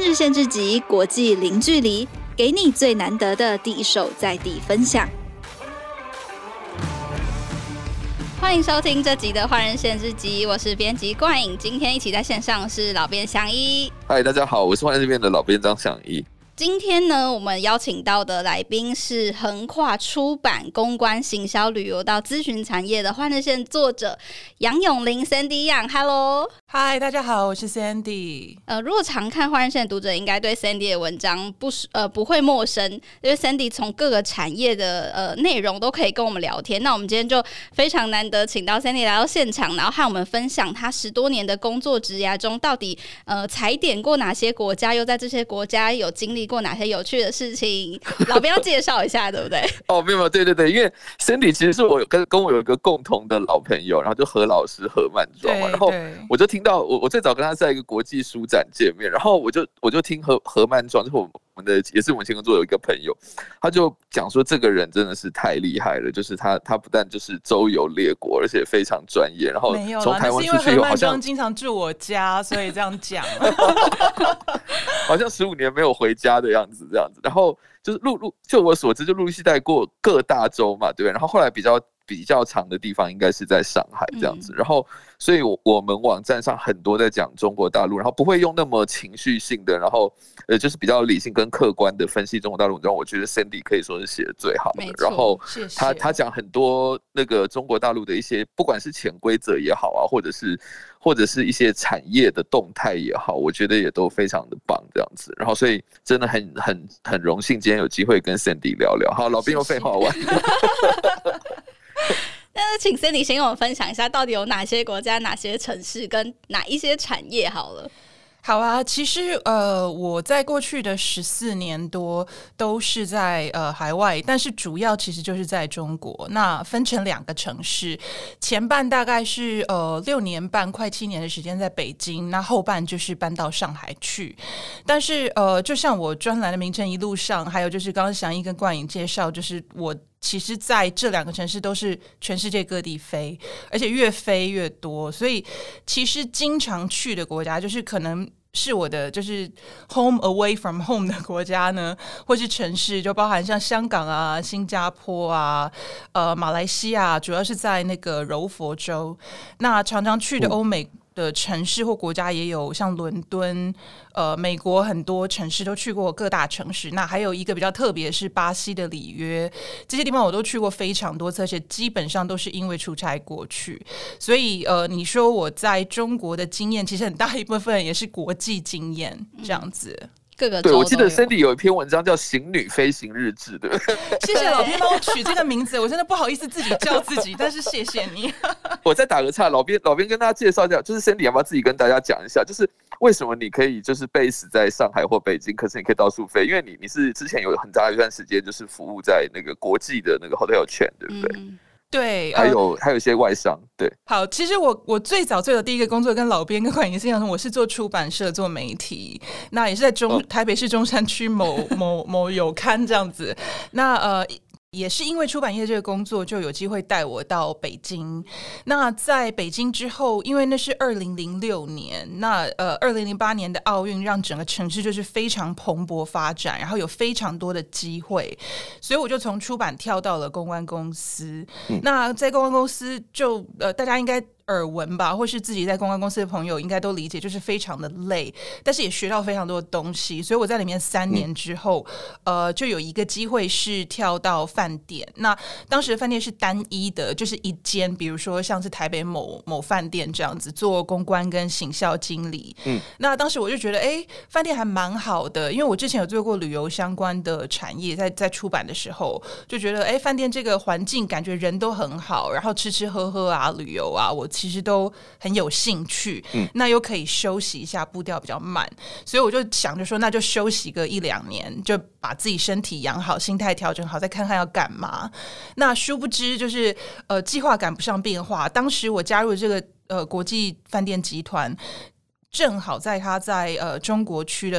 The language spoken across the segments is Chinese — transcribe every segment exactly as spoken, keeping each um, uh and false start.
日线之集，国际零距离，给你最难得的第一手在地分享。欢迎收听这集的换人线之集，我是编辑冠颖，今天一起在线上是老编祥一。 嗨，大家好，我是换人这边的老编张祥一。 今天呢，我们邀请到的来宾是横跨出版、公关、行销、旅游到咨询产业的换人线作者杨永玲 Sandy Yang。Hello， 嗨，大家好，我是 Sandy。 呃，如果常看换人线的读者，应该对 Sandy 的文章不呃不会陌生，因为 Sandy 从各个产业的呃内容都可以跟我们聊天。那我们今天就非常难得请到 Sandy 来到现场，然后和我们分享他十多年的工作职涯中，到底呃踩点过哪些国家，又在这些国家有经历过哪些有趣的事情。老编要介绍一下对不对？ 哦，没有，对对对，因为 Sandy 其实是我跟跟我有一个共同的老朋友，然后就何老师何曼庄嘛，然后我就听到我我最早跟他在一个国际书展见面，然后我就我就听何何曼庄，就是我们的也是我们前工作有一个朋友，他就讲说这个人真的是太厉害了，就是他他不但就是周游列国，而且非常专业，然后从台湾出去以后好像经常住我家，所以这样讲， 好像十五年没有回家的样子，这样子，然后就是陆陆就我所知就陆续带过各大洲嘛，对不对？然后后来比较。比较长的地方应该是在上海这样子，嗯、然后所以我们网站上很多在讲中国大陆，然后不会用那么情绪性的，然后呃就是比较理性跟客观的分析中国大陆，然后我觉得 Sandy 可以说是写的最好的，然后他他讲很多那个中国大陆的一些不管是潜规则也好啊，或者是或者是一些产业的动态也好，我觉得也都非常的棒这样子，然后所以真的很很很荣幸今天有机会跟 Sandy 聊聊。好，老编又废话完。 那请 Sandy 先跟我们分享一下，到底有哪些国家、哪些城市跟哪一些产业好了。 好啊，其实呃，我在过去的十四年多都是在呃海外，但是主要其实就是在中国。那分成两个城市，前半大概是呃六年半快七年的时间在北京，那后半就是搬到上海去。但是呃，就像我专栏的名称一路上，还有就是刚刚祥一跟冠颖介绍，就是我。其实在这两个城市都是全世界各地飞，而且越飞越多，所以其实经常去的国家就是可能是我的就是 home away from home 的国家呢，或是城市，就包含像香港啊、新加坡啊、呃马来西亚，主要是在那个柔佛州。那常常去的欧美的城市或国家也有，像伦敦、呃，美国很多城市都去过，各大城市。那还有一个比较特别是巴西的里约，这些地方我都去过非常多次，而且基本上都是因为出差过去。所以呃，你说我在中国的经验，其实很大一部分也是国际经验这样子。嗯各个对，我记得 Sandy 有一篇文章叫《行女飞行日志》，对不对？ 谢谢老编帮我取这个名字，我真的不好意思自己叫自己，但是谢谢你。 我再打个岔，老编老编跟大家介绍一下，就是 Sandy 要不要自己跟大家讲一下，就是为什么你可以就是 base 在上海或北京，可是你可以到处飞，因为你你是之前有很长一段时间就是服务在那个国际的那个 hotel chain， 对不对？嗯对， 还有、呃、还有一些外商，对。 好，其实我我最早最早第一个工作跟老编跟冠颖是一样，我是做出版社做媒体，那也是在中、哦、台北市中山区某某某有刊这样子。那呃。也是因为出版业这个工作，就有机会带我到北京。那在北京之后，因为那是二零零六年，那呃二零零八年的奥运让整个城市就是非常蓬勃发展，然后有非常多的机会，所以我就从出版跳到了公关公司。嗯、那在公关公司就呃大家应该耳闻吧，或是自己在公关公司的朋友应该都理解，就是非常的累，但是也学到非常多的东西。所以我在里面三年之后，嗯、呃，就有一个机会是跳到饭店。那当时的饭店是单一的，就是一间，比如说像是台北某某饭店这样子做公关跟行销经理。嗯，那当时我就觉得，哎，饭店还蛮好的，因为我之前有做过旅游相关的产业，在在出版的时候就觉得，哎，饭店这个环境感觉人都很好，然后吃吃喝喝啊，旅游啊，我。其实都很有兴趣，嗯，那又可以休息一下，步调比较慢，所以我就想着说，那就休息个一两年，就把自己身体养好，心态调整好，再看看要干嘛。那殊不知就是呃，计划赶不上变化。当时我加入这个呃国际饭店集团，正好在他在呃中国区的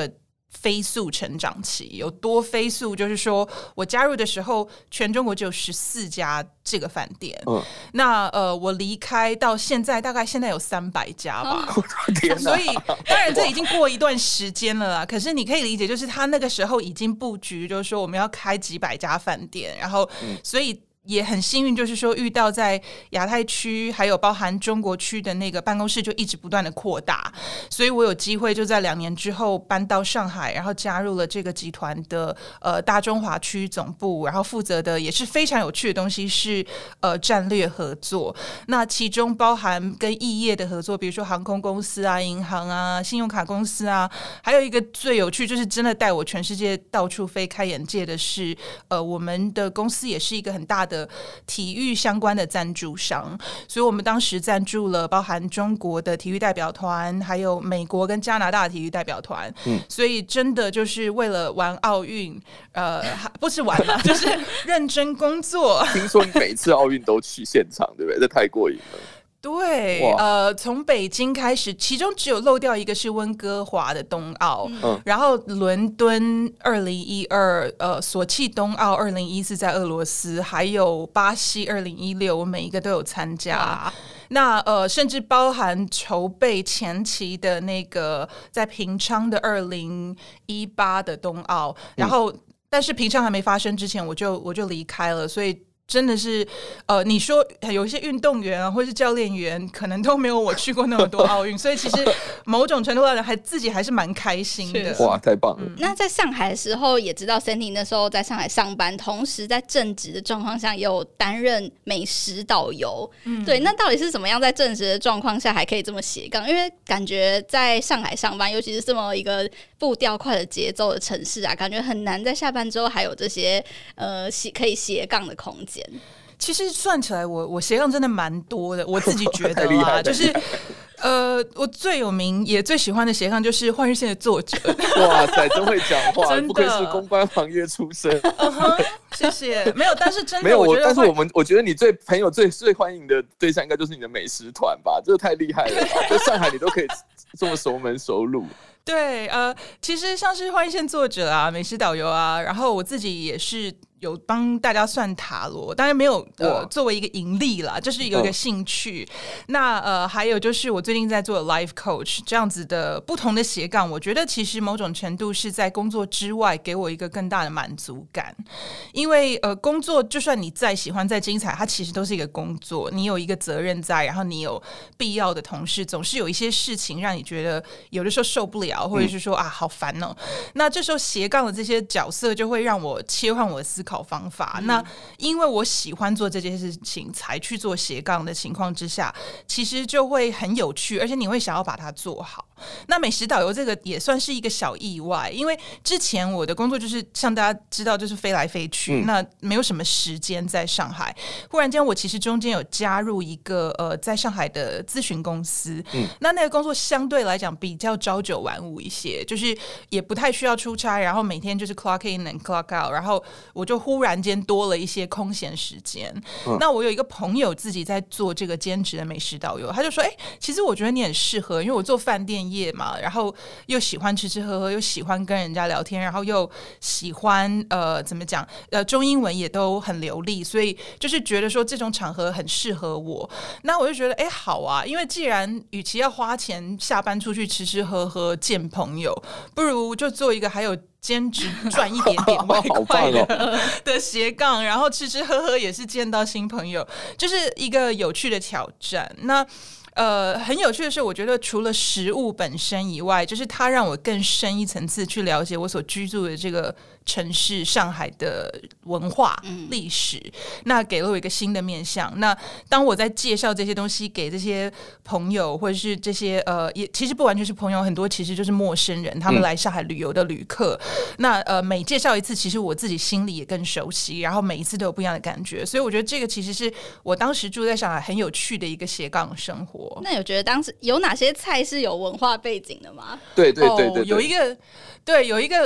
飞速成长期。有多飞速，就是说我加入的时候全中国只有十四家这个饭店、嗯、那呃我离开到现在大概现在有三百家吧、 哦、 所以当然这已经过一段时间了啦，可是你可以理解，就是他那个时候已经布局，就是说我们要开几百家饭店，然后所以也很幸运，就是说遇到在亚太区还有包含中国区的那个办公室就一直不断的扩大，所以我有机会就在两年之后搬到上海，然后加入了这个集团的呃大中华区总部，然后负责的也是非常有趣的东西是呃战略合作，那其中包含跟异业的合作，比如说航空公司啊、银行啊、信用卡公司啊，还有一个最有趣就是真的带我全世界到处飞开眼界的是呃我们的公司也是一个很大的的体育相关的赞助商，所以我们当时赞助了包含中国的体育代表团，还有美国跟加拿大的体育代表团、嗯、所以真的就是为了玩奥运，呃，不是玩了，就是认真工作。 听说你每次奥运都去现场，对不对？这太过瘾了。 对，呃，从北京开始，其中只有漏掉一个是温哥华的冬奥，嗯、然后伦敦二零一二，呃，索契冬奥二零一四在俄罗斯，还有巴西二零一六，我每一个都有参加。那呃，甚至包含筹备前期的那个在平昌的二零一八的冬奥，然后、嗯、但是平昌还没发生之前，我就我就离开了，所以。真的是，呃，你说有一些运动员啊，或是教练员，可能都没有我去过那么多奥运，所以其实某种程度上还自己还是蛮开心的。 哇，太棒了！ 嗯、那在上海的时候，也知道 Sandy 那时候在上海上班，同时在正职的状况下也有担任美食导游。嗯、对，那到底是怎么样在正职的状况下还可以这么斜杠？因为感觉在上海上班，尤其是这么一个步调快的节奏的城市啊，感觉很难在下班之后还有这些呃可以斜杠的空间。 其实算起来我，我我斜杠真的蛮多的，我自己觉得啦，就是呃，我最有名也最喜欢的斜杠就是换日线的作者。 哇塞，真会讲话，不愧是公关行业出身。 uh-huh, 谢谢。没有，但是真的没有， 我觉得但是我们我觉得你最朋友最最欢迎的对象应该就是你的美食团吧，这个太厉害了吧，在上海你都可以这么熟门熟路。 对，呃，其实像是换日线作者啊、美食导游啊，然后我自己也是有帮大家算塔罗，当然没有呃作为一个盈利啦，就是有一个兴趣。嗯、那呃还有就是我最近在做 life coach 这样子的不同的斜杠，我觉得其实某种程度是在工作之外给我一个更大的满足感，因为呃工作就算你再喜欢再精彩，它其实都是一个工作，你有一个责任在，然后你有必要的同事，总是有一些事情让你觉得有的时候受不了，或者是说、嗯、啊好烦哦。那这时候斜杠的这些角色就会让我切换我的思考考方法、嗯、那因为我喜欢做这件事情才去做斜杠的情况之下，其实就会很有趣，而且你会想要把它做好。那美食导游这个也算是一个小意外，因为之前我的工作就是像大家知道就是飞来飞去、嗯、那没有什么时间在上海。忽然间我其实中间有加入一个呃在上海的咨询公司、嗯、那那个工作相对来讲比较朝九晚五一些，就是也不太需要出差，然后每天就是 clock in and clock out， 然后我就忽然间多了一些空闲时间、嗯、那我有一个朋友自己在做这个兼职的美食导游，他就说哎、欸，其实我觉得你很适合，因为我做饭店业嘛，然后又喜欢吃吃喝喝，又喜欢跟人家聊天，然后又喜欢呃怎么讲呃中英文也都很流利，所以就是觉得说这种场合很适合我。那我就觉得哎好啊，因为既然与其要花钱下班出去吃吃喝喝见朋友，不如就做一个还有兼职赚一点点外快的、哦、的斜杠，然后吃吃喝喝也是见到新朋友，就是一个有趣的挑战。那呃，很有趣的是，我觉得除了食物本身以外，就是它让我更深一层次去了解我所居住的这个城市上海的文化、嗯、历史，那给了我一个新的面向。那当我在介绍这些东西给这些朋友，或者是这些呃，也其实不完全是朋友，很多其实就是陌生人，他们来上海旅游的旅客。嗯、那呃，每介绍一次，其实我自己心里也更熟悉，然后每一次都有不一样的感觉。所以我觉得这个其实是我当时住在上海很有趣的一个斜杠生活。 那有觉得当时有哪些菜是有文化背景的吗？ 对对对 对, 对、 哦，有一个对有一个。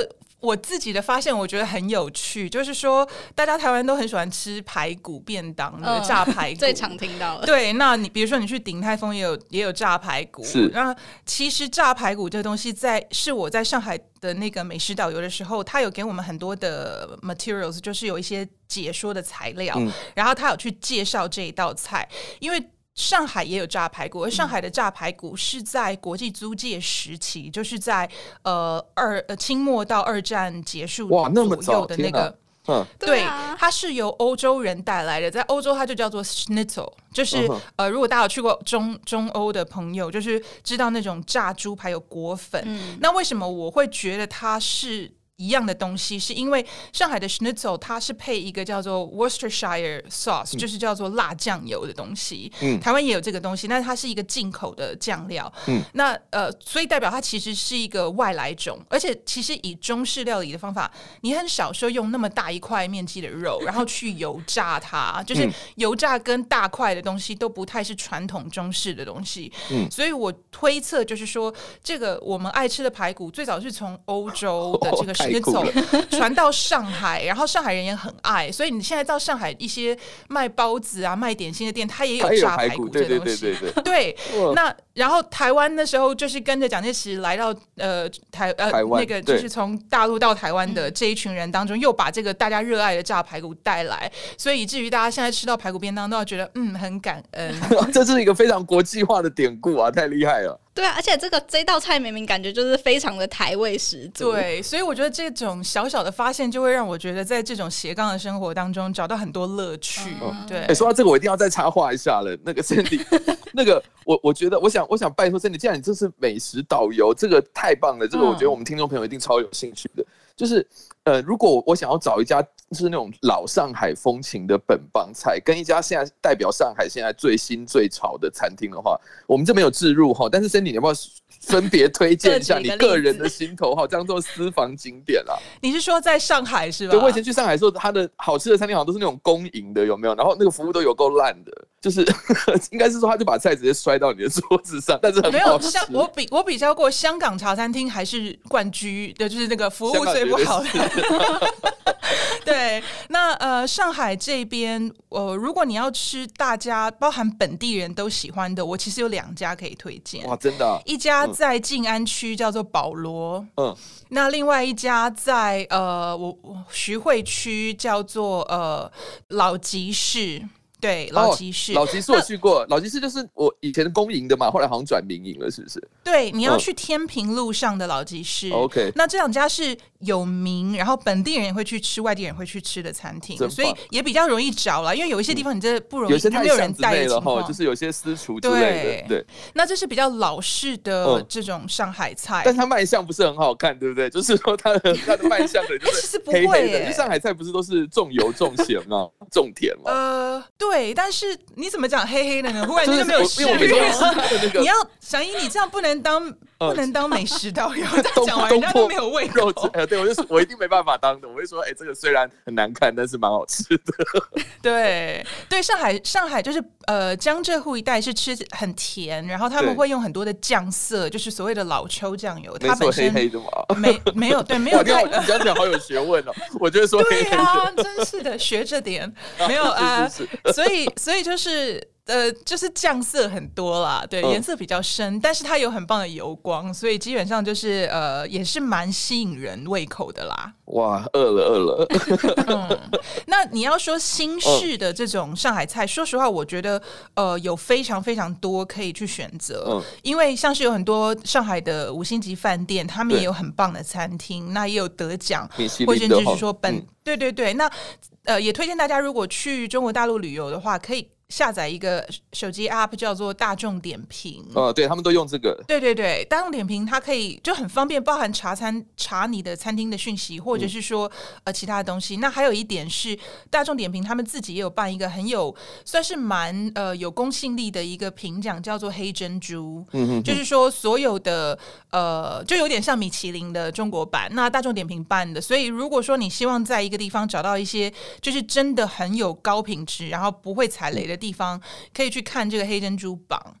我自己的发现，我觉得很有趣，就是说，大家台湾都很喜欢吃排骨便当的、嗯、炸排骨， 最常听到的。 对，那你比如说你去鼎泰丰也有也有炸排骨， 是。 那其实炸排骨这个东西在，在是我在上海的那个美食导游的时候，他有给我们很多的 materials， 就是有一些解说的材料，嗯、然后他有去介绍这一道菜，因为。上海也有炸排骨，而上海的炸排骨是在国际租界时期，就是在呃二呃清末到二战结束左右的那个。 嗯， 对，它是由欧洲人带来的，在欧洲它就叫做 Schnitzel， 就是、嗯、呃，如果大家有去过中中欧的朋友，就是知道那种炸猪排有裹粉、嗯。那为什么我会觉得它是一样的东西，是因为上海的 Schnitzel 它是配一个叫做 Worcestershire sauce、嗯、就是叫做辣酱油的东西、嗯、台湾也有这个东西，但是它是一个进口的酱料、嗯、那呃，所以代表它其实是一个外来种，而且其实以中式料理的方法，你很少说用那么大一块面积的肉然后去油炸它，就是油炸跟大块的东西都不太是传统中式的东西、嗯、所以我推测就是说，这个我们爱吃的排骨最早是从欧洲的这个走传到上海，然后上海人也很爱，所以你现在到上海一些卖包子啊、卖点心的店，它也有炸排骨这东西。 对对对对对。那然后台湾那时候就是跟着蒋介石来到呃台呃台湾， 那个就是从大陆到台湾的这一群人当中，又把这个大家热爱的炸排骨带来，所以以至于大家现在吃到排骨便当都要觉得嗯很感恩。 这是一个非常国际化的典故啊，太厉害了。 对啊，而且这个这道菜明明感觉就是非常的台味十足。 对，所以我觉得这种小小的发现就会让我觉得在这种斜杠的生活当中找到很多乐趣。嗯、对、 欸，说到这个我一定要再插话一下了。那个 Sandy， 那个我我觉得我想我想拜托 Sandy， 既然你这是美食导游，这个太棒了，这个我觉得我们听众朋友一定超有兴趣的。嗯、就是呃，如果我想要找一家是那种老上海风情的本帮菜，跟一家现在代表上海现在最新最潮的餐厅的话，我们这边有置入哈，但是 Sandy 你要不要分别推荐一下你个人的心头好，当做私房景点啊？ 你是说在上海是吧？ 对，我以前去上海的时候，它的好吃的餐厅好像都是那种公营的，有没有？然后那个服务都有够烂的，就是应该是说他就把菜直接摔到你的桌子上，但是很好吃。 没有，我比我比较过香港茶餐厅还是冠居的，就是那个服务最不好的。对，那呃，上海这边，呃，如果你要吃大家包含本地人都喜欢的，我其实有两家可以推荐。 哇，真的、啊！ 一家在静安区叫做保罗，嗯，那另外一家在呃我徐汇区叫做呃老集市。对，老集市、 哦，老集市我去过。老集市就是我以前公营的嘛，后来好像转民营了，是不是？ 对，你要去天平路上的老集市。 嗯、OK， 那这两家是有名，然后本地人也会去吃，外地人会去吃的餐厅，所以也比较容易找啦。因为有一些地方你这不容易， 有些太没有人带的情况，就是有些私厨之类的。对，对那这是比较老式的这种上海菜， 嗯、但它卖相不是很好看，对不对？就是说它的它的卖相的就是黑黑的。因为上海菜不是都是重油重咸吗？重甜吗？ 呃，对，但是。你怎么讲黑黑的呢？忽然间就没有食欲了。 你要小英，你这样不能当不能当美食导游，这样讲完人家都没有胃口。 呃，对我就我一定没办法当的。我会说，哎、欸，这个虽然很难看，但是蛮好吃的。 对对，上海上海就是呃江浙沪一带是吃很甜，然后他们会用很多的酱色，就是所谓的老抽酱油。它本身黑黑的嘛， 没没有对没有太。 你讲起来好有学问哦。我觉得说黑黑的， 对啊，真是的，学着点。没有啊，所以所以就是。呃，就是酱色很多啦，对，颜、嗯、色比较深，但是它有很棒的油光，所以基本上就是呃，也是蛮吸引人胃口的啦。 哇，饿了饿了。 嗯，那你要说新式的这种上海菜，嗯、说实话，我觉得呃有非常非常多可以去选择，嗯，因为像是有很多上海的五星级饭店，他们也有很棒的餐厅，那也有得奖，或者就是说本、嗯、对对对，那呃也推荐大家如果去中国大陆旅游的话，可以。下载一个手机 app 叫做大众点评， 呃，对他们都用这个。 对对对，大众点评它可以就很方便，包含查餐查你的餐厅的讯息，或者是说、嗯、呃其他的东西。那还有一点是，大众点评他们自己也有办一个很有算是蛮呃有公信力的一个评奖，叫做黑珍珠。嗯哼哼，就是说所有的呃就有点像米其林的中国版，那大众点评办的。所以如果说你希望在一个地方找到一些就是真的很有高品质，然后不会踩雷的地方，可以去看这个黑珍珠榜。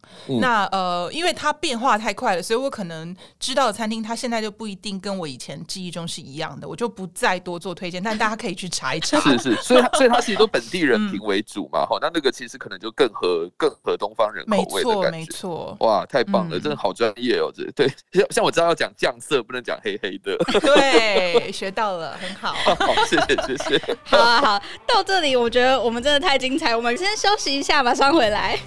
嗯、那呃，因为它变化太快了，所以我可能知道的餐厅，它现在就不一定跟我以前记忆中是一样的，我就不再多做推荐，但大家可以去查一查。 是是，所以它所以它其实都本地人评为主嘛，哈、嗯，那那个其实可能就更合更合东方人口味的感觉。 没错，没错。 哇，太棒了，嗯、真的好专业哦！这对，像像我知道要讲酱色，不能讲黑黑的。 对，学到了，很好。 好，谢谢谢谢。 好啊好，到这里我觉得我们真的太精彩，我们先休息一下，马上回来。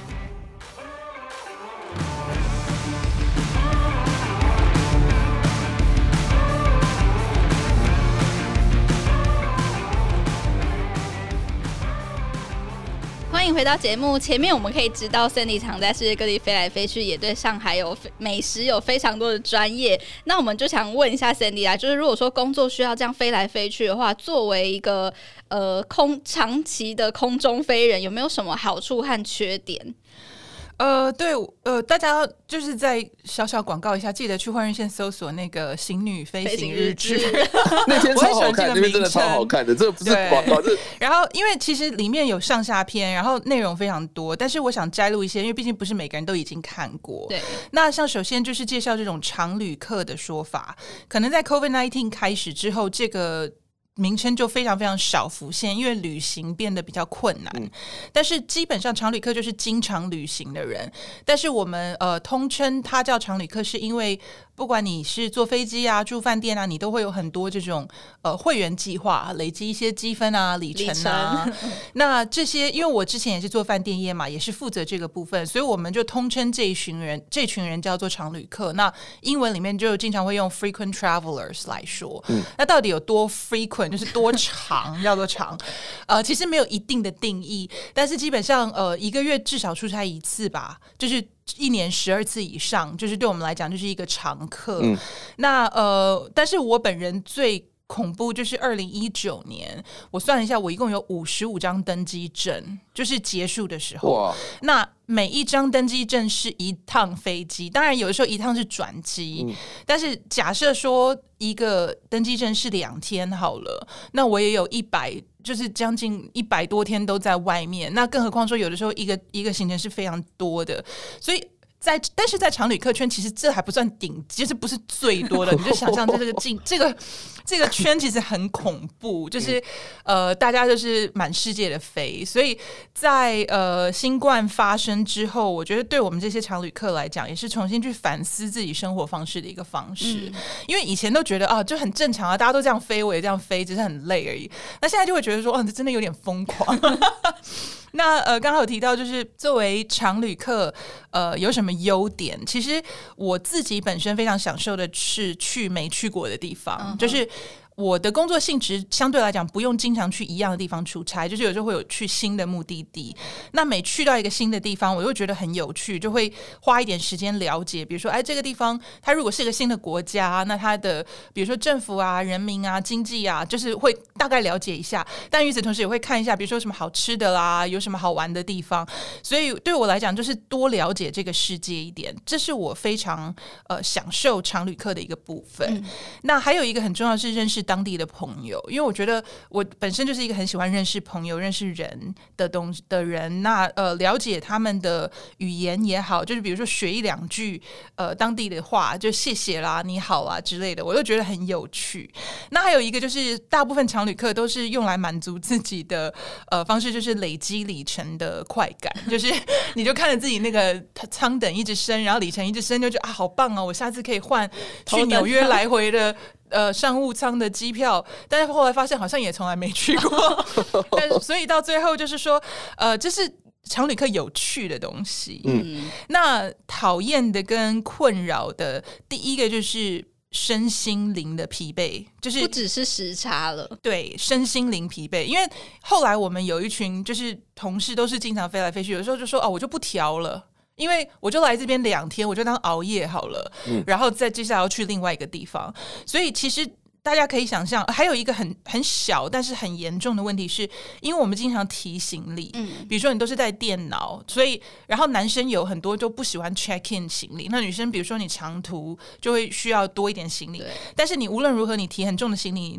欢迎回到节目。前面我们可以知道 Sandy 常在世界各地飞来飞去，也对上海有美食有非常多的专业。那我们就想问一下 Sandy 啦，就是如果说工作需要这样飞来飞去的话，作为一个呃空长期的空中飞人，有没有什么好处和缺点？ 呃，对，呃，大家就是在小小广告一下，记得去换日线搜索那个《行女飞行日志》， 那天超好看，那边真的超好看的，这个不是广告。这然后，因为其实里面有上下篇，然后内容非常多，但是我想摘录一些，因为毕竟不是每个人都已经看过。 对。 那像首先就是介绍这种常旅客的说法，可能在 COVID 十九 开始之后，这个名称就非常非常少浮现，因为旅行变得比较困难。嗯、但是基本上常旅客就是经常旅行的人，但是我们呃通称它叫常旅客，是因为不管你是坐飞机啊、住饭店啊，你都会有很多这种呃会员计划，累积一些积分啊、里程啊。里程那这些，因为我之前也是做饭店业嘛，也是负责这个部分，所以我们就通称这一群人，这群人叫做常旅客。那英文里面就经常会用 frequent travelers 来说。嗯、那到底有多 frequent， 就是多长，叫做长？呃，其实没有一定的定义，但是基本上呃一个月至少出差一次吧，就是一年十二次以上，就是对我们来讲就是一个常客。嗯、那呃，但是我本人最恐怖就是二零一九年，我算了一下，我一共有五十五张登机证，就是结束的时候。哇！那每一张登机证是一趟飞机，当然有的时候一趟是转机，嗯、但是假设说一个登机证是两天好了，那我也有一百，就是将近一百多天都在外面，那更何况说有的时候一个一个行程是非常多的，所以。在，但是在常旅客圈，其实这还不算顶，其实不是最多的。你就想象在这个境，这个这个圈其实很恐怖，就是呃，大家就是满世界的飞。所以在呃新冠发生之后，我觉得对我们这些常旅客来讲，也是重新去反思自己生活方式的一个方式。嗯、因为以前都觉得啊，就很正常啊，大家都这样飞，我也这样飞，只是很累而已。那现在就会觉得说，哦、啊，这真的有点疯狂。那呃，刚刚有提到，就是作为常旅客，呃，有什么优点？其实我自己本身非常享受的是去没去过的地方，嗯、就是我的工作性质相对来讲不用经常去一样的地方出差，就是有时候会有去新的目的地。那每去到一个新的地方，我又觉得很有趣，就会花一点时间了解。比如说，哎，这个地方它如果是一个新的国家，那它的比如说政府啊、人民啊、经济啊，就是会大概了解一下。但与此同时，也会看一下，比如说什么好吃的啦，有什么好玩的地方。所以对我来讲，就是多了解这个世界一点，这是我非常呃享受常旅客的一个部分。嗯、那还有一个很重要的是认识当地的朋友，因为我觉得我本身就是一个很喜欢认识朋友、认识人的东西的人。那呃，了解他们的语言也好，就是比如说学一两句呃当地的话，就谢谢啦、你好啊之类的，我就觉得很有趣。那还有一个就是，大部分常旅客都是用来满足自己的呃方式，就是累积里程的快感，就是你就看着自己那个舱等一直升，然后里程一直升，就觉得啊好棒哦，我下次可以换去纽约来回的。呃，商务舱的机票，但是后来发现好像也从来没去过，但是所以到最后就是说，呃，这是常旅客有趣的东西。嗯，那讨厌的跟困扰的，第一个就是身心灵的疲惫，就是不只是时差了， 对，身心灵疲惫。因为后来我们有一群就是同事，都是经常飞来飞去，有时候就说哦，我就不调了。因为我就来这边两天，我就当熬夜好了，嗯、然后再接下来要去另外一个地方。所以其实大家可以想象，还有一个很很小但是很严重的问题是，因为我们经常提行李，嗯、比如说你都是带电脑，所以然后男生有很多就不喜欢 check in 行李，那女生比如说你长途就会需要多一点行李，但是你无论如何你提很重的行李，你的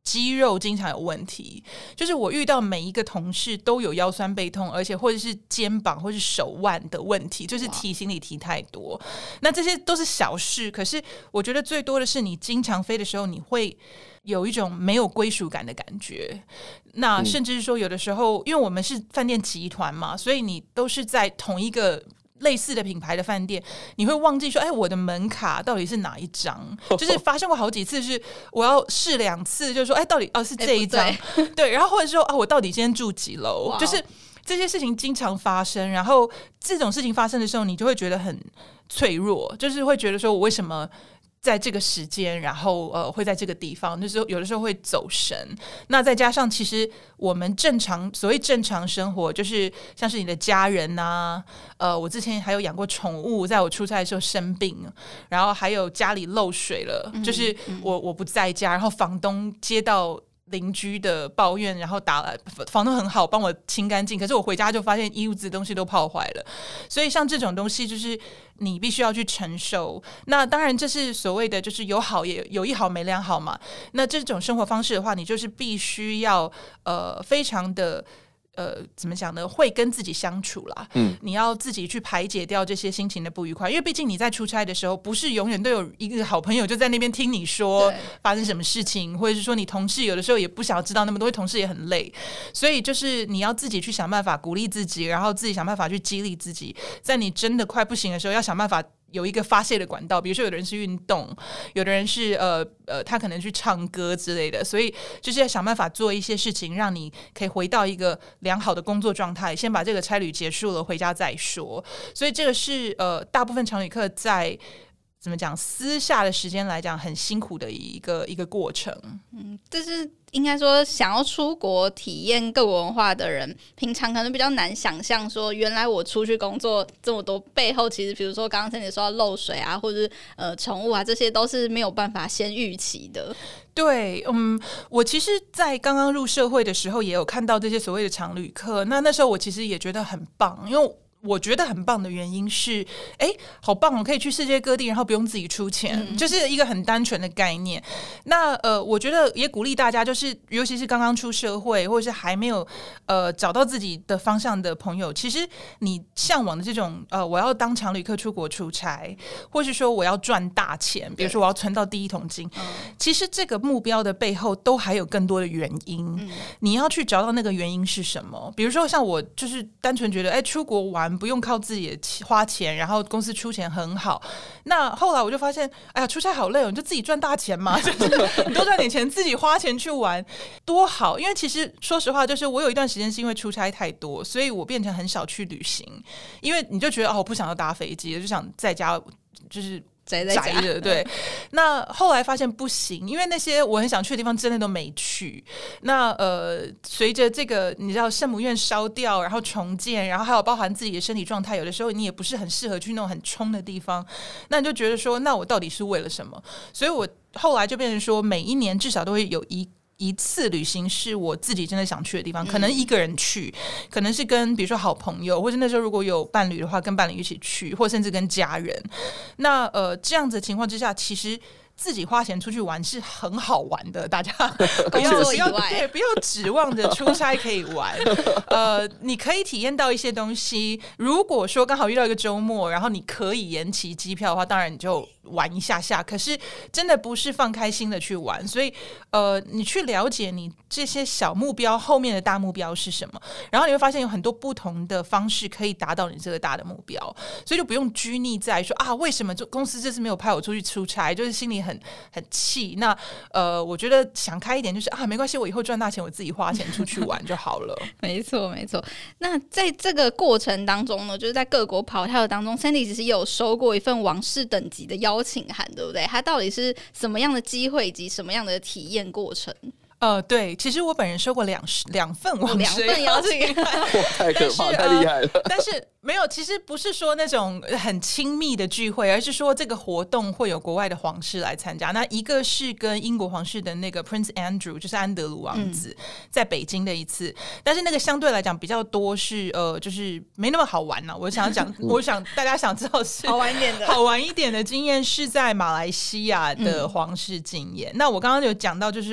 肌肉经常有问题，就是我遇到每一个同事都有腰酸背痛，而且或者是肩膀或是手腕的问题，就是提行李提太多。那这些都是小事，可是我觉得最多的是你经常飞的时候，你会有一种没有归属感的感觉。那甚至是说有的时候，因为我们是饭店集团嘛，所以你都是在同一个类似的品牌的饭店，你会忘记说，哎，我的门卡到底是哪一张？就是发生过好几次，是我要试两次，就是说，哎，到底哦是这一张， 欸、 对, 对，然后或者说啊，我到底今天住几楼？就是这些事情经常发生，然后这种事情发生的时候，你就会觉得很脆弱，就是会觉得说我为什么在这个时间，然后呃会在这个地方，就是有的时候会走神。那再加上其实我们正常所谓正常生活，就是像是你的家人啊，呃，我之前还有养过宠物，在我出差的时候生病，然后还有家里漏水了，嗯、就是我我不在家，然后房东接到邻居的抱怨，然后打来，房东很好帮我清干净，可是我回家就发现衣物子东西都泡坏了。所以像这种东西就是你必须要去承受。那当然这是所谓的就是有好也有一好没两好嘛。那这种生活方式的话，你就是必须要呃非常的呃，怎么讲呢？会跟自己相处啦，嗯，你要自己去排解掉这些心情的不愉快，因为毕竟你在出差的时候，不是永远都有一个好朋友就在那边听你说发生什么事情，或者是说你同事有的时候也不想要知道那么多，同事也很累，所以就是你要自己去想办法鼓励自己，然后自己想办法去激励自己，在你真的快不行的时候，要想办法有一个发泄的管道，比如说有的人是运动，有的人是呃呃，他可能去唱歌之类的，所以就是要想办法做一些事情，让你可以回到一个良好的工作状态，先把这个差旅结束了，回家再说。所以这个是呃，大部分常旅客在怎么讲私下的时间来讲很辛苦的一个一个过程。 嗯，这是应该说想要出国体验各国文化的人，平常可能比较难想象说，原来我出去工作这么多背后，其实比如说刚刚森姐说到漏水啊，或者是呃宠物啊，这些都是没有办法先预期的。 对，嗯，我其实，在刚刚入社会的时候，也有看到这些所谓的常旅客。那那时候我其实也觉得很棒，因为我觉得很棒的原因是，哎，好棒，我可以去世界各地，然后不用自己出钱，嗯、就是一个很单纯的概念。那呃，我觉得也鼓励大家，就是尤其是刚刚出社会，或者是还没有呃找到自己的方向的朋友，其实你向往的这种呃，我要当常旅客出国出差，或是说我要赚大钱，比如说我要存到第一桶金，其实这个目标的背后都还有更多的原因。嗯、你要去找到那个原因是什么？比如说像我就是单纯觉得，哎，出国玩不用靠自己花钱，然后公司出钱很好。那后来我就发现，哎呀，出差好累哦，你就自己赚大钱嘛，就是你多赚点钱，自己花钱去玩多好。因为其实说实话，就是我有一段时间是因为出差太多，所以我变成很少去旅行，因为你就觉得哦，我不想要搭飞机，就想在家就是。 宅在家的对，那后来发现不行，因为那些我很想去的地方真的都没去。那呃，随着这个你知道圣母院烧掉，然后重建，然后还有包含自己的身体状态，有的时候你也不是很适合去那种很冲的地方，那你就觉得说，那我到底是为了什么？所以我后来就变成说，每一年至少都会有一。一次旅行是我自己真的想去的地方，可能一个人去，可能是跟比如说好朋友，或者那时候如果有伴侣的话，跟伴侣一起去，或甚至跟家人。那呃这样子的情况之下，其实自己花钱出去玩是很好玩的，大家不要不要对不要指望着出差可以玩，呃，你可以体验到一些东西。如果说刚好遇到一个周末，然后你可以延期机票的话，当然你就玩一下下。可是真的不是放开心的去玩，所以呃，你去了解你这些小目标后面的大目标是什么，然后你会发现有很多不同的方式可以达到你这个大的目标，所以就不用拘泥在说啊，为什么公司这次没有派我出去出差，就是心里很很气。那呃，我觉得想开一点，就是啊，没关系，我以后赚大钱，我自己花钱出去玩就好了。 没错，没错。那在这个过程当中呢，就是在各国跑跳的当中 ，Sandy 其实也有收过一份王室等级的邀请函，对不对？它到底是什么样的机会以及什么样的体验过程？ 呃，对，其实我本人收过两两份王室两份邀请函， 太可怕，太厉害了。 但是没有，其实不是说那种很亲密的聚会，而是说这个活动会有国外的皇室来参加。那一个是跟英国皇室的那个 Prince Andrew， 就是安德鲁王子，嗯、在北京的一次，但是那个相对来讲比较多是呃，就是没那么好玩呢、啊。我想要讲，我想大家想知道是好玩一点的， 好玩一点的经验是在马来西亚的皇室经验。嗯、那我刚刚有讲到，就是我。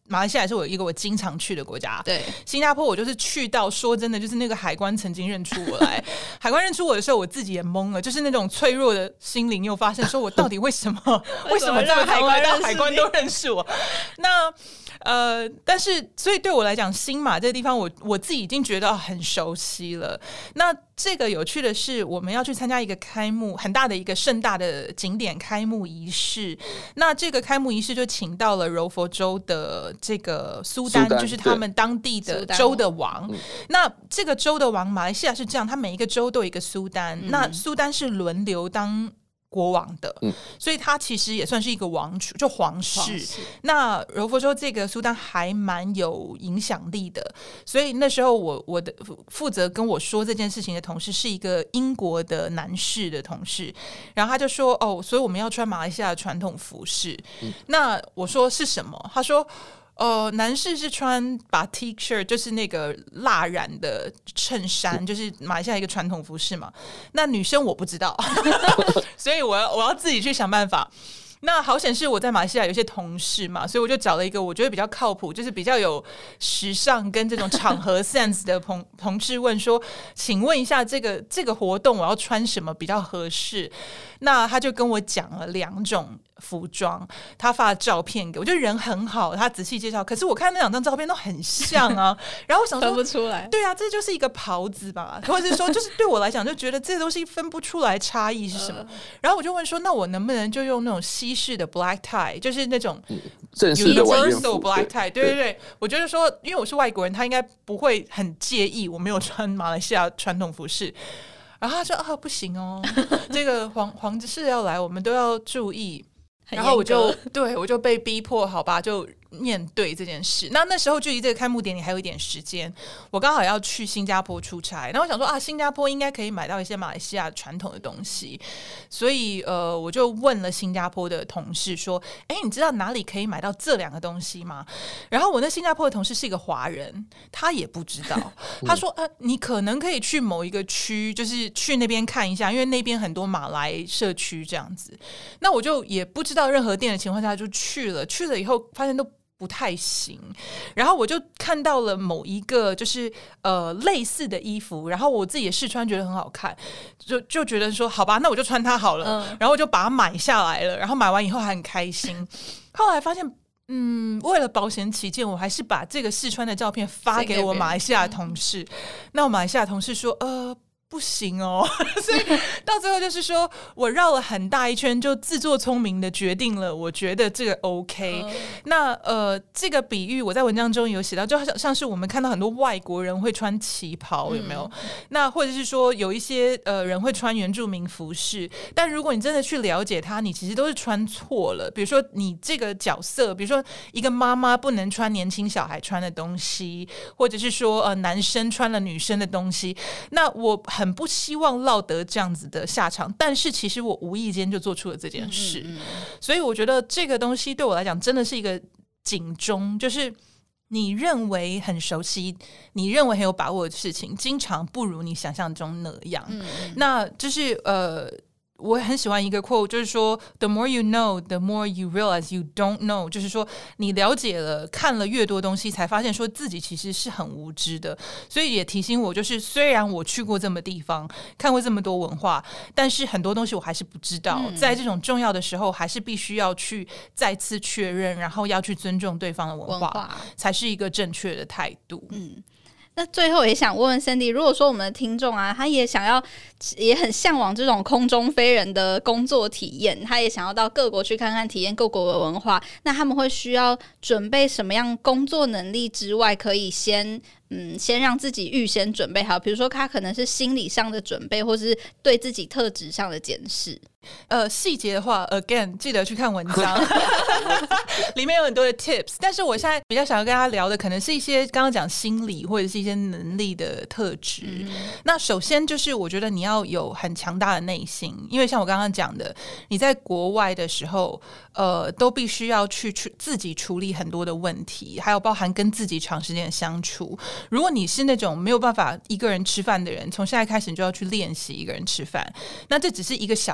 马来西亚也是我一个我经常去的国家。 对， 新加坡我就是去到说真的，就是那个海关曾经认出我来，海关认出我的时候，我自己也懵了，就是那种脆弱的心灵又发现，说我到底为什么为什么这么海关到海关都认识我？那呃，但是所以对我来讲，新马这个地方我我自己已经觉得很熟悉了。那这个有趣的是，我们要去参加一个开幕很大的一个盛大的景点开幕仪式。那这个开幕仪式就请到了柔佛州的这个苏丹， 苏丹就是他们当地的州的王。那这个州的王，马来西亚是这样，他每一个州都有一个苏丹，嗯、那苏丹是轮流当国王的、嗯、所以他其实也算是一个王储，就皇室, 皇室那柔佛州这个苏丹还蛮有影响力的，所以那时候我我的负责跟我说这件事情的同事是一个英国的男士的同事，然后他就说哦，所以我们要穿马来西亚的传统服饰、嗯、那我说是什么，他说呃，男士是穿把 T 恤，就是那个蜡染的衬衫，就是马来西亚一个传统服饰嘛。那女生我不知道，所以我要我要自己去想办法。那好险是我在马来西亚有一些同事嘛，所以我就找了一个我觉得比较靠谱，就是比较有时尚跟这种场合 sense 的同同事问说，请问一下这个这个活动我要穿什么比较合适？那他就跟我讲了两种服装，他发了照片给我，就人很好，他仔细介绍。可是我看那两张照片都很像啊，然后我想说分不出来， 对啊，这就是一个袍子吧，或者是说，就是对我来讲就觉得这些东西分不出来差异是什么。呃、然后我就问说，那我能不能就用那种西式的 black tie， 就是那种正式的 universal black tie？ 对对对，我觉得说，因为我是外国人，他应该不会很介意我没有穿马来西亚传统服饰。然后他说啊，不行哦，这个皇皇室要来，我们都要注意。然后我就对我就被逼迫，好吧，就面对这件事。那那时候距离这个开幕典礼还有一点时间，我刚好要去新加坡出差，然后我想说啊，新加坡应该可以买到一些马来西亚传统的东西，所以呃，我就问了新加坡的同事说，哎，你知道哪里可以买到这两个东西吗？然后我那新加坡的同事是一个华人，他也不知道，他说呃，你可能可以去某一个区，就是去那边看一下，因为那边很多马来社区这样子。那我就也不知道任何店的情况下就去了，去了以后发现都不太行，然后我就看到了某一个就是呃类似的衣服，然后我自己也试穿觉得很好看，就就觉得说好吧，那我就穿它好了、嗯、然后我就把它买下来了，然后买完以后还很开心。后来发现嗯，为了保险起见，我还是把这个试穿的照片发给我马来西亚的同事、嗯、那我马来西亚的同事说呃不行哦，所以到最后就是说我绕了很大一圈，就自作聪明的决定了，我觉得这个 OK、嗯。那呃，这个比喻我在文章中有写到，就像像是我们看到很多外国人会穿旗袍，有没有？嗯、那或者是说有一些呃人会穿原住民服饰，但如果你真的去了解它，你其实都是穿错了。比如说你这个角色，比如说一个妈妈不能穿年轻小孩穿的东西，或者是说呃男生穿了女生的东西，那我很不希望落得这样子的下场，但是其实我无意间就做出了这件事、嗯嗯嗯、所以我觉得这个东西对我来讲真的是一个警钟，就是你认为很熟悉你认为很有把握的事情经常不如你想象中那样、嗯嗯、那就是呃我很喜欢一个 quote， 就是说 The more you know, the more you realize you don't know， 就是说你了解了看了越多东西才发现说自己其实是很无知的，所以也提醒我，就是虽然我去过这么地方看过这么多文化，但是很多东西我还是不知道、嗯、在这种重要的时候还是必须要去再次确认，然后要去尊重对方的文化, 文化才是一个正确的态度。嗯， 那最后也想问问 Sandy， 如果说我们的听众啊，他也想要也很向往这种空中飞人的工作体验，他也想要到各国去看看体验各国的文化，那他们会需要准备什么样工作能力之外，可以先嗯，先让自己预先准备好，比如说他可能是心理上的准备，或是对自己特质上的检视。 呃，细节的话 ，again 记得去看文章，里面有很多的 tips。但是我现在比较想要跟大家聊的，可能是一些刚刚讲心理或者是一些能力的特质。嗯、那首先就是我觉得你要有很强大的内心，因为像我刚刚讲的，你在国外的时候，呃，都必须要去自己处理很多的问题，还有包含跟自己长时间的相处。如果你是那种没有办法一个人吃饭的人，从现在开始你就要去练习一个人吃饭。那这只是一个小例子。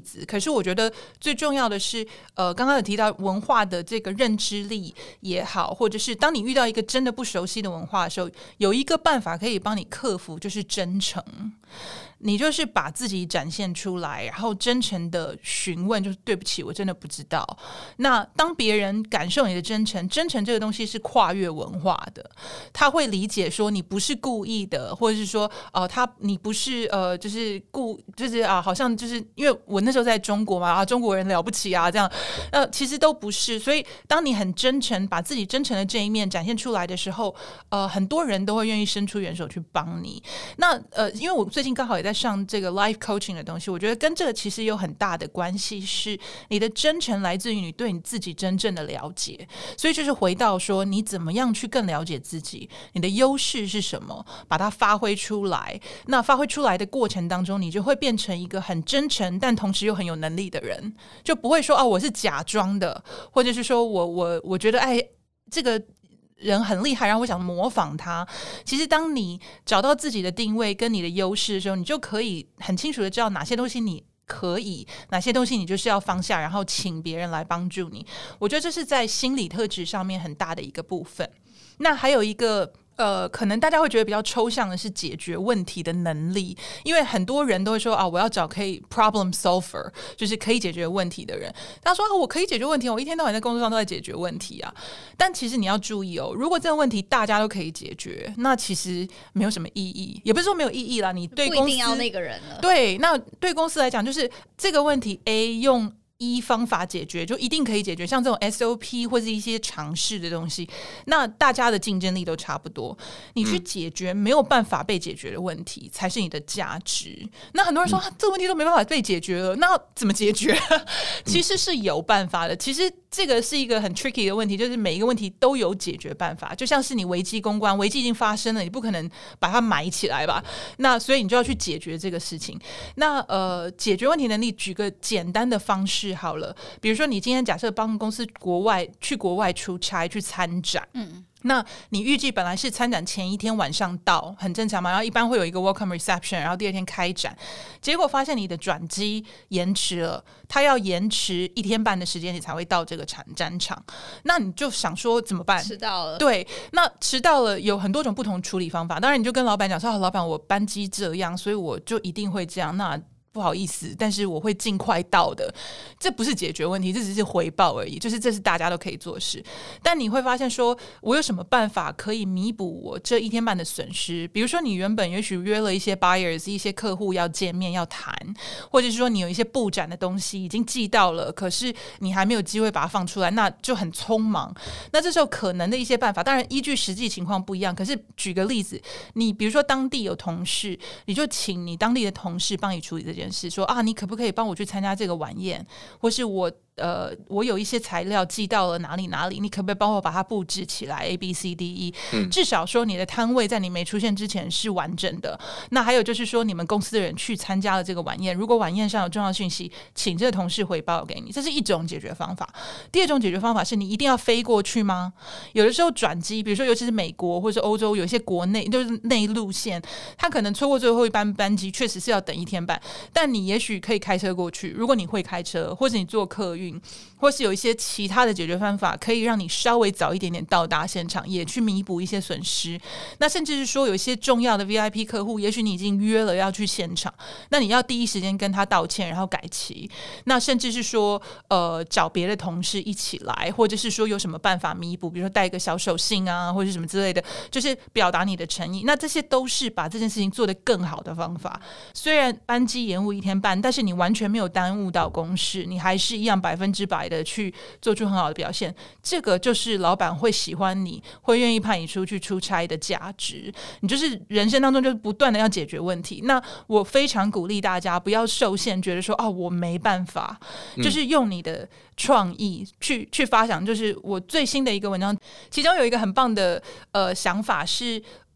子。可是我觉得最重要的是，呃，刚刚有提到文化的这个认知力也好，或者是当你遇到一个真的不熟悉的文化的时候，有一个办法可以帮你克服，就是真诚。你就是把自己展现出来，然后真诚的询问，就是对不起，我真的不知道。那当别人感受你的真诚，真诚这个东西是跨越文化的，他会理解说你不是故意的，或者是说，呃，他你不是呃，就是故就是啊，好像就是因为我那时候在中国嘛，啊，中国人了不起啊，这样，呃，其实都不是。所以当你很真诚，把自己真诚的这一面展现出来的时候，呃，很多人都会愿意伸出援手去帮你。那呃，因为我最近刚好也在上这个 life coaching 的东西，我觉得跟这个其实有很大的关系，是你的真诚来自于你对你自己真正的了解。所以就是回到说，你怎么样去更了解自己，你的优势是什么，把它发挥出来。那发挥出来的过程当中，你就会变成一个很真诚但同时又很有能力的人，就不会说哦我是假装的，或者是说我我我觉得哎这个人很厉害，然后我想模仿他。其实当你找到自己的定位跟你的优势的时候，你就可以很清楚的知道哪些东西你可以，哪些东西你就是要放下，然后请别人来帮助你。我觉得这是在心理特质上面很大的一个部分。那还有一个呃，可能大家会觉得比较抽象的是解决问题的能力，因为很多人都会说啊，我要找可以 problem solver， 就是可以解决问题的人。他说啊，我可以解决问题，我一天到晚在工作上都在解决问题啊。但其实你要注意哦，如果这个问题大家都可以解决，那其实没有什么意义，也不是说没有意义啦。你对公司不一定要那个人了， 对，那对公司来讲，就是这个问题 A 用一方法解决就一定可以解决，像这种 S O P 或是一些常识的东西，那大家的竞争力都差不多。你去解决没有办法被解决的问题，才是你的价值。那很多人说、啊、这个问题都没办法被解决了，那怎么解决？其实是有办法的。其实这个是一个很 tricky 的问题，就是每一个问题都有解决办法。就像是你危机公关，危机已经发生了，你不可能把它埋起来吧？那所以你就要去解决这个事情。那呃，解决问题能力，举个简单的方式好了，比如说你今天假设帮公司国外去国外出差去参展，嗯，那你预计本来是参展前一天晚上到，很正常嘛，然后一般会有一个 welcome reception， 然后第二天开展，结果发现你的转机延迟了，它要延迟一天半的时间你才会到这个展场，那你就想说怎么办？ 迟到了。 对，那迟到了有很多种不同处理方法，当然你就跟老板讲说、啊、老板我班机这样，所以我就一定会这样，那不好意思，但是我会尽快到的。这不是解决问题，这只是回报而已，就是这是大家都可以做的事。但你会发现说，我有什么办法可以弥补我这一天半的损失？比如说你原本也许约了一些 buyers 一些客户要见面要谈，或者是说你有一些布展的东西已经寄到了，可是你还没有机会把它放出来，那就很匆忙。那这时候可能的一些办法，当然依据实际情况不一样，可是举个例子，你比如说当地有同事，你就请你当地的同事帮你处理这件事，说啊，你可不可以帮我去参加这个晚宴，或是我呃，我有一些材料寄到了哪里哪里，你可不可以帮我把它布置起来 A B C D E、嗯、至少说你的摊位在你没出现之前是完整的。那还有就是说你们公司的人去参加了这个晚宴，如果晚宴上有重要讯息，请这个同事回报给你，这是一种解决方法。第二种解决方法是你一定要飞过去吗？有的时候转机，比如说尤其是美国或者是欧洲，有一些国内就是内陆线，他可能错过最后一班班机，确实是要等一天半，但你也许可以开车过去，如果你会开车，或者你坐客运，或是有一些其他的解决方法可以让你稍微早一点点到达现场，也去弥补一些损失。那甚至是说有一些重要的 V I P 客户，也许你已经约了要去现场，那你要第一时间跟他道歉，然后改期。那甚至是说呃找别的同事一起来，或者是说有什么办法弥补，比如说带一个小手信啊，或者什么之类的，就是表达你的诚意。那这些都是把这件事情做得更好的方法。虽然班机延误一天半，但是你完全没有耽误到公事，你还是一样百分之百的去做出很好的表现。这个就是老板会喜欢你，会愿意派你出去出差的价值。你就是人生当中就是不断的要解决问题。那我非常鼓励大家不要受限，觉得说哦我没办法，就是用你的创意去去发想。就是我最新的一个文章，其中有一个很棒的呃想法是。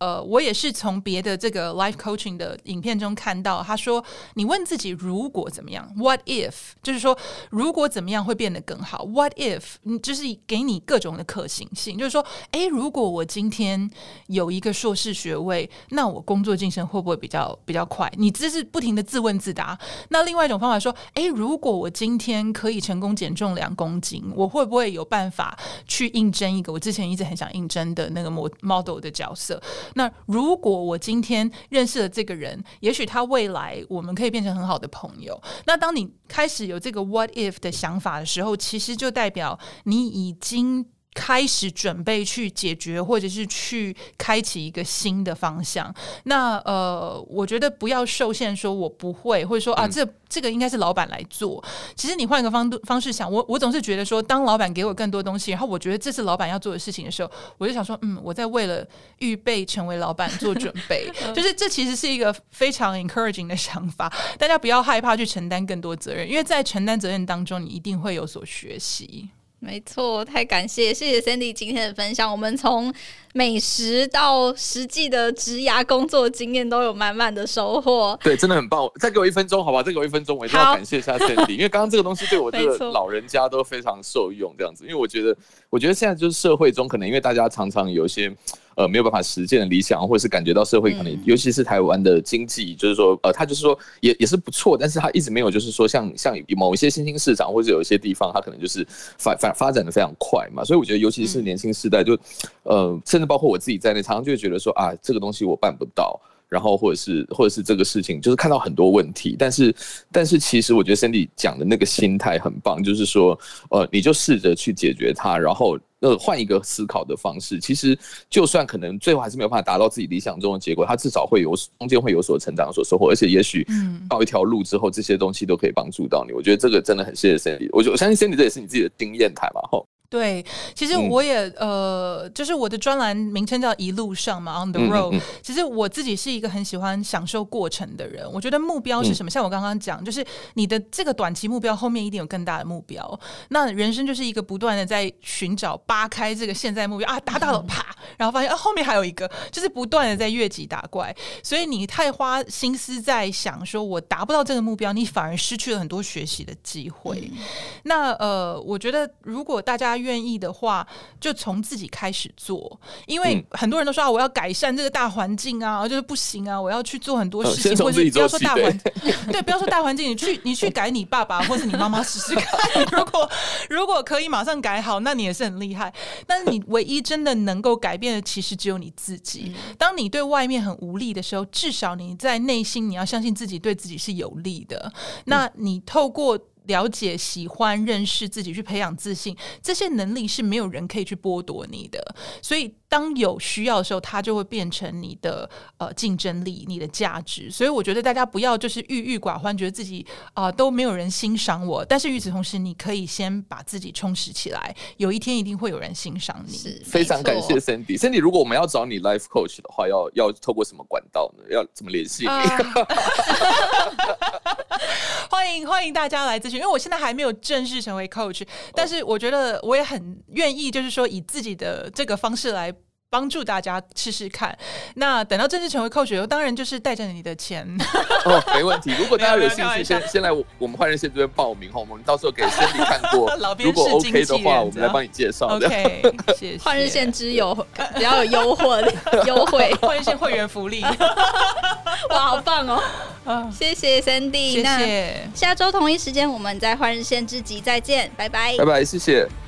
呃，我也是从别的这个 life coaching 的影片中看到，他说你问自己如果怎么样 ，what if， 就是说如果怎么样会变得更好 ，what if， 就是给你各种的可行性，就是说，哎，如果我今天有一个硕士学位，那我工作晋升会不会比较比较快？你这是不停的自问自答。那另外一种方法说，哎，如果我今天可以成功减重两公斤，我会不会有办法去应征一个我之前一直很想应征的那个 model 的角色？那如果我今天认识了这个人，也许他未来我们可以变成很好的朋友。那当你开始有这个 what if 的想法的时候，其实就代表你已经开始准备去解决，或者是去开启一个新的方向。那呃，我觉得不要受限，说我不会，或者说啊，这这个应该是老板来做。其实你换一个方方式想，我我总是觉得说，当老板给我更多东西，然后我觉得这是老板要做的事情的时候，我就想说，嗯，我在为了预备成为老板做准备。就是这其实是一个非常 encouraging 的想法。大家不要害怕去承担更多责任，因为在承担责任当中，你一定会有所学习。 没错，太感谢，谢谢 Sandy 今天的分享。我们从美食到实际的职涯工作经验都有满满的收获。 对，真的很棒。再给我一分钟，好吧？再给我一分钟，我一定要感谢一下 Sandy， 因为刚刚这个东西对我这个老人家都非常受用，这样子。因为我觉得，我觉得现在就是社会中，可能因为大家常常有一些。呃，没有办法实践的理想，或者是感觉到社会可能，嗯、尤其是台湾的经济，就是说，呃，它就是说也也是不错，但是它一直没有，就是说像像某一些新兴市场，或者有一些地方，它可能就是发发发展的非常快嘛，所以我觉得，尤其是年轻世代，就呃，甚至包括我自己在内，常常就会觉得说啊，这个东西我办不到。然后或者是或者是这个事情，就是看到很多问题，但是但是其实我觉得 Sandy 讲的那个心态很棒，就是说，呃，你就试着去解决它，然后呃换一个思考的方式。其实就算可能最后还是没有办法达到自己理想中的结果，它至少会有中间会有所成长、有所收获，而且也许到一条路之后，这些东西都可以帮助到你。我觉得这个真的很谢谢 Sandy， 我我相信 Sandy 这也是你自己的经验谈嘛，吼。 对，其实我也、嗯、呃，就是我的专栏名称叫一路上嘛 ，on the road、嗯嗯嗯。其实我自己是一个很喜欢享受过程的人。我觉得目标是什么？嗯、像我刚刚讲，就是你的这个短期目标后面一定有更大的目标。那人生就是一个不断的在寻找扒开这个现在目标啊，达到了啪，然后发现啊后面还有一个，就是不断的在越级打怪。所以你太花心思在想说我达不到这个目标，你反而失去了很多学习的机会。嗯、那呃，我觉得如果大家愿意的话，就从自己开始做，因为很多人都说、啊、我要改善这个大环境啊，就是不行啊，我要去做很多事情， 呃、 或者不要说大环境，对，不要说大环境，你去你去改你爸爸或是你妈妈试试看，如果如果可以马上改好，那你也是很厉害。但是你唯一真的能够改变的，其实只有你自己。当你对外面很无力的时候，至少你在内心你要相信自己对自己是有利的。那你透过了解、喜欢、认识自己，去培养自信，这些能力是没有人可以去剥夺你的。所以当有需要的时候，它就会变成你的呃竞争力、你的价值。所以我觉得大家不要就是郁郁寡欢，觉得自己啊、呃、都没有人欣赏我。但是与此同时，你可以先把自己充实起来，有一天一定会有人欣赏你。 是， 非常感谢 Sandy。Sandy， 如果我们要找你 life coach 的话，要要透过什么管道呢？要怎么联系你？Uh 欢迎欢迎大家来咨询，因为我现在还没有正式成为 coach， 但是我觉得我也很愿意，就是说以自己的这个方式来帮助大家试试看。那等到正式成为 coach 以后，当然就是带着你的钱。 哦，没问题。如果大家有兴趣，先先来我们换人线这边报名，我们到时候给 Sandy 看过，如果 OK 的话，我们来帮你介绍。 OK， 谢谢。 换人线之友比较有优惠，优惠换人线会员福利。 哇，好棒哦！谢谢 Sandy， 谢谢。 那下周同一时间我们在换日线之集再见，拜拜， 拜拜，谢谢。